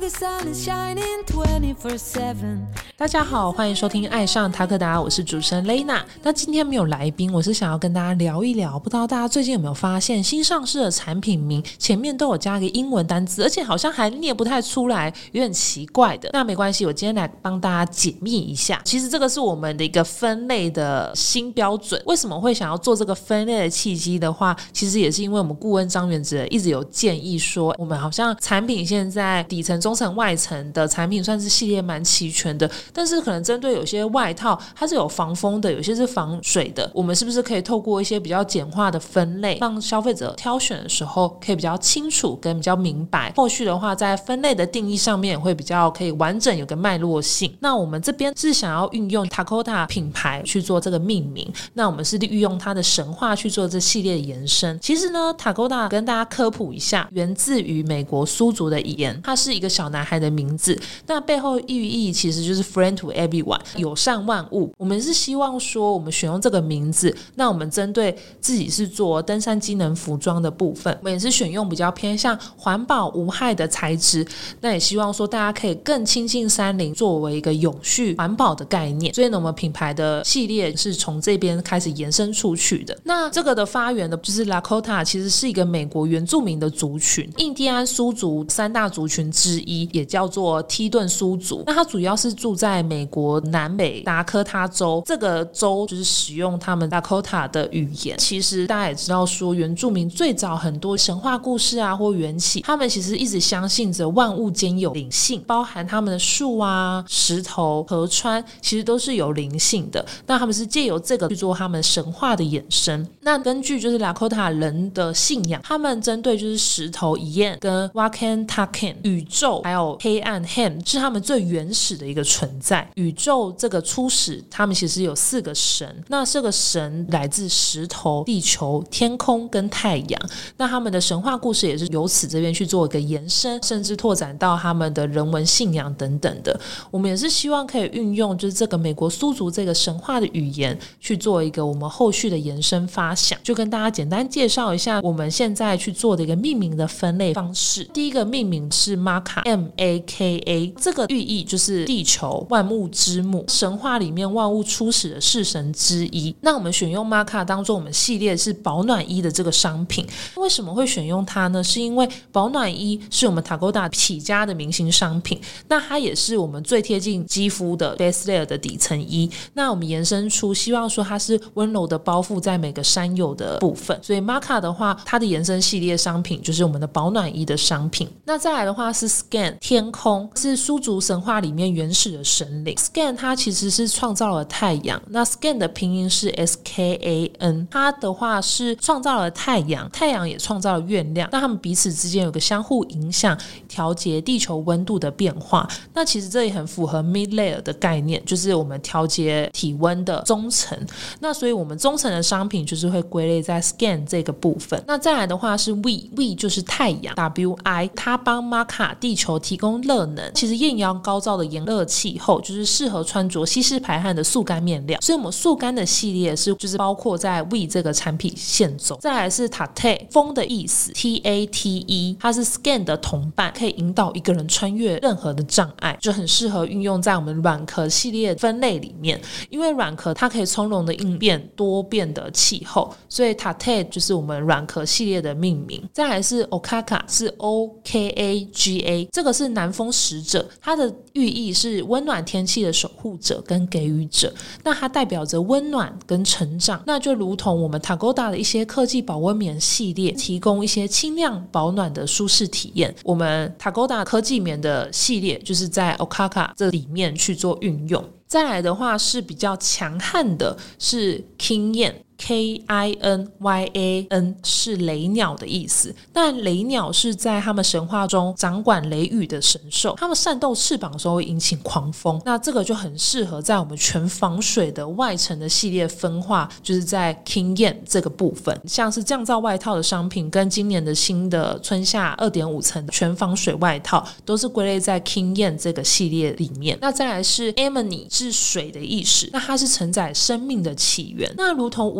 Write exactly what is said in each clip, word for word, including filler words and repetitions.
the sun is shining twenty-four seven。 大家好，欢迎收听爱上塔克达，我是主持人 Lena。 那今天没有来宾，我是想要跟大家聊一聊，不知道大家最近有没有发现新上市的产品名前面都有加一个英文单字，而且好像还念不太出来，有点奇怪的。那没关系，我今天来帮大家解密一下。其实这个是我们的一个分类的新标准。为什么会想要做这个分类的契机的话，其实也是因为我们顾问张元哲一直有建议说，我们好像产品现在底层、中层、外层的产品算是系列蛮齐全的，但是可能针对有些外套它是有防风的，有些是防水的，我们是不是可以透过一些比较简化的分类，让消费者挑选的时候可以比较清楚跟比较明白，后续的话在分类的定义上面也会比较可以完整，有个脉络性。那我们这边是想要运用 Dakota 品牌去做这个命名，那我们是运用它的神话去做这系列的延伸。其实呢 Dakota 跟大家科普一下，源自于美国苏族的语言，它是一个小男孩的名字，那背后寓意其实就是 friend to everyone， 友善万物。我们是希望说我们选用这个名字，那我们针对自己是做登山机能服装的部分，我们也是选用比较偏向环保无害的材质，那也希望说大家可以更亲近山林，作为一个永续环保的概念。所以呢我们品牌的系列是从这边开始延伸出去的。那这个的发源的就是 Lakota 其实是一个美国原住民的族群，印第安苏族三大族群之一，也叫做梯顿苏族。那它主要是住在美国南北达科他州，这个州就是使用他们 Dakota 的语言。其实大家也知道说，原住民最早很多神话故事啊或缘起，他们其实一直相信着万物间有灵性，包含他们的树啊、石头、河川其实都是有灵性的。那他们是借由这个去做他们神话的衍生。那根据就是 Lakota 人的信仰，他们针对就是石头 Yen 跟 Wakan Taken 宇宙还有黑暗 Hem 是他们最原始的一个存在。宇宙这个初始他们其实有四个神，那这个神来自石头、地球、天空跟太阳。那他们的神话故事也是由此这边去做一个延伸，甚至拓展到他们的人文信仰等等的。我们也是希望可以运用就是这个美国苏族这个神话的语言去做一个我们后续的延伸发想。就跟大家简单介绍一下我们现在去做的一个命名的分类方式。第一个命名是 Maka M A K A， 这个寓意就是地球万物之母，神话里面万物初始的式神之一。那我们选用 Maka 当做我们系列是保暖衣的这个商品。为什么会选用它呢？是因为保暖衣是我们 Dakota 起家的明星商品，那它也是我们最贴近肌肤的 base layer 的底层衣。那我们延伸出希望说它是温柔的包覆在每个山友的部分，所以 Maka 的话它的延伸系列商品就是我们的保暖衣的商品。那再来的话是 Scan 天空，是苏族神话里面原始的神灵。 Scan 它其实是创造了太阳，那 Scan 的拼音是 S K A N， 它的话是创造了太阳，太阳也创造了月亮，那他们彼此之间有个相互影响，调节地球温度的变化。那其实这也很符合 mid layer 的概念，就是我们调节体温的中层。那所以我们中层的商品就是会归类在 Scan 这个部分。那再来的话是 We We 就是太阳 W I， 它帮 Maka 地球提供热能。其实艳阳高照的炎热气候就是适合穿着吸湿排汗的速干面料，所以我们速干的系列是就是包括在 We 这个产品线中。再来是 Tate 风的意思 T A T E， 它是 Scan 的同伴，可以引导一个人穿越任何的障碍，就很适合运用在我们软壳系列分类里面。因为软壳它可以从容的应变多变的气候，所以 Tate 就是我们软壳系列的命名。再来是 Okaka 是 O K A G A， 这个是南风使者，它的寓意是温暖天气的守护者跟给予者，那它代表着温暖跟成长。那就如同我们 Dakota 的一些科技保温棉系列提供一些轻量保暖的舒适体验，我们 Dakota 科技棉的系列就是在 Okaka 这里面去做运用。再来的话是比较强悍的是 Kinyan K I N Y A N 是雷鸟的意思。那雷鸟是在他们神话中掌管雷雨的神兽，他们扇动翅膀的时候会引起狂风，那这个就很适合在我们全防水的外层的系列分化，就是在 King Yan 这个部分，像是降噪外套的商品跟今年的新的春夏 二点五 层全防水外套都是归类在 King Yan 这个系列里面。那再来是 Amani 是水的意思，那它是承载生命的起源，那如同无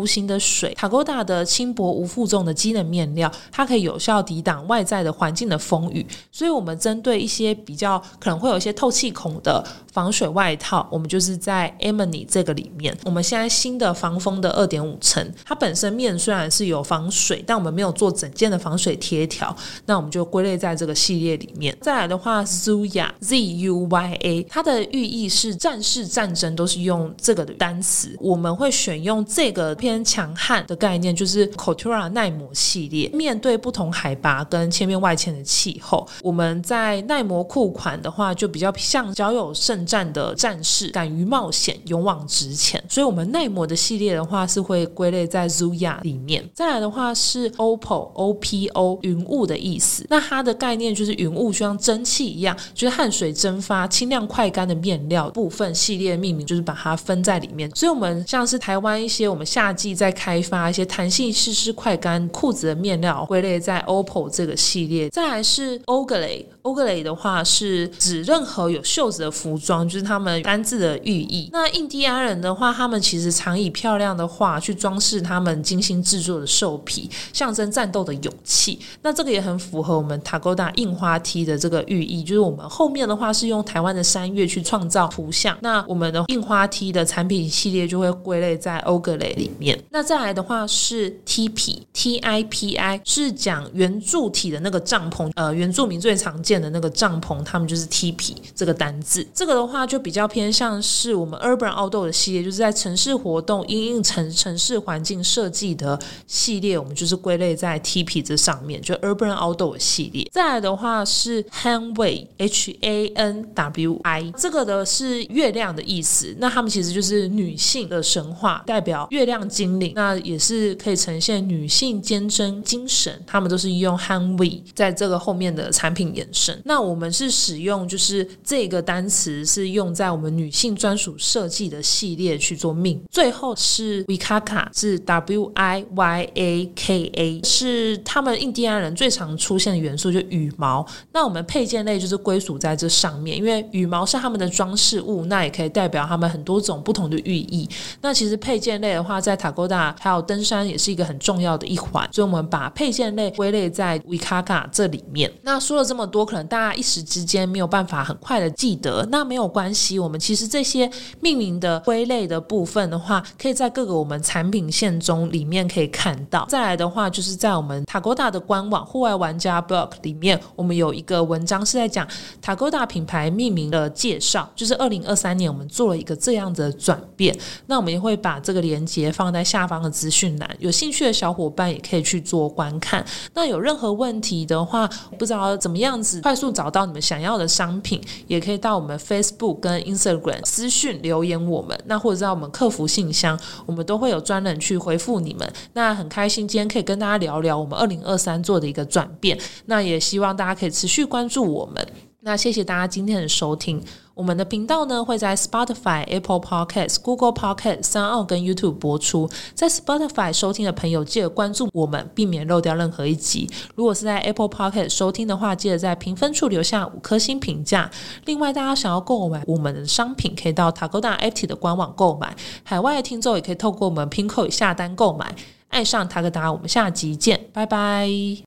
弧形的水， Takoda 的轻薄无负重的机能面料，它可以有效抵挡外在的环境的风雨，所以我们针对一些比较可能会有一些透气孔的防水外套，我们就是在 Emony 这个里面，我们现在新的防风的 二点五 层，它本身面虽然是有防水，但我们没有做整件的防水贴条，那我们就归类在这个系列里面。再来的话 Zuya Z U Y A 它的寓意是战士战争都是用这个的单词，我们会选用这个偏强悍的概念，就是 Coutura 耐磨系列。面对不同海拔跟千变万千的气候，我们在耐磨裤款的话就比较像脚有胜战的战士，敢于冒险，勇往直前，所以我们耐磨的系列的话是会归类在 Zuya 里面。再来的话是 O P O O P O 云雾的意思，那它的概念就是云雾就像蒸汽一样，就是汗水蒸发轻量快干的面料部分系列命名就是把它分在里面。所以我们像是台湾一些我们夏季在开发一些弹性湿湿快干裤子的面料归类在 O P O 这个系列。再来是 Ogley Ogley 的话是指任何有袖子的服装，就是他们单字的寓意。那印第安人的话，他们其实常以漂亮的画去装饰他们精心制作的兽皮，象征战斗的勇气。那这个也很符合我们 Takoda 印花 T 的这个寓意，就是我们后面的话是用台湾的山岳去创造图像，那我们的印花 T 的产品系列就会归类在 Ogley 里面。那再来的话是 T P T I P I 是讲圆柱体的那个帐篷，呃，原住民最常见的那个帐篷，他们就是 T P 这个单字。这个的话就比较偏向是我们 Urban Outdoor 的系列，就是在城市活动因应城城市环境设计的系列，我们就是归类在 T P 这上面，就 Urban Outdoor 的系列。再来的话是 Hanwei H A N W I 这个的是月亮的意思，那他们其实就是女性的神话，代表月亮精灵，那也是可以呈现女性坚贞精神，他们都是用 Hanwei 在这个后面的产品延伸。那我们是使用就是这个单词是用在我们女性专属设计的系列去做命。最后是 Wikaka 是 W I Y A K A 是他们印第安人最常出现的元素，就羽毛。那我们配件类就是归属在这上面，因为羽毛是他们的装饰物，那也可以代表他们很多种不同的寓意。那其实配件类的话，在 Takoda 还有登山也是一个很重要的一环，所以我们把配件类归类在 Wikaka 这里面。那说了这么多，可能大家一时之间没有办法很快的记得，那没有关系，我们其实这些命名的归类的部分的话，可以在各个我们产品线中里面可以看到。再来的话就是在我们 Takoda 的官网户外玩家 blog 里面，我们有一个文章是在讲 Takoda 品牌命名的介绍，就是二零二三年我们做了一个这样的转变。那我们也会把这个连结放在下方的资讯栏，有兴趣的小伙伴也可以去做观看。那有任何问题的话，不知道怎么样子快速找到你们想要的商品，也可以到我们 Facebook 跟 Instagram 私讯留言我们，那或者在我们客服信箱，我们都会有专人去回复你们。那很开心今天可以跟大家聊聊我们二零二三做的一个转变，那也希望大家可以持续关注我们。那谢谢大家今天的收听。我们的频道呢会在 Spotify、Apple Podcasts、Google Podcasts、SoundOn 跟 YouTube 播出。在 Spotify 收听的朋友记得关注我们，避免漏掉任何一集。如果是在 Apple Podcasts 收听的话，记得在评分处留下五颗星评价。另外大家想要购买我们的商品，可以到 Takoda F T 的官网购买，海外的听众也可以透过我们 Pinnco 下单购买。爱上 Takoda，我们下集见，拜拜。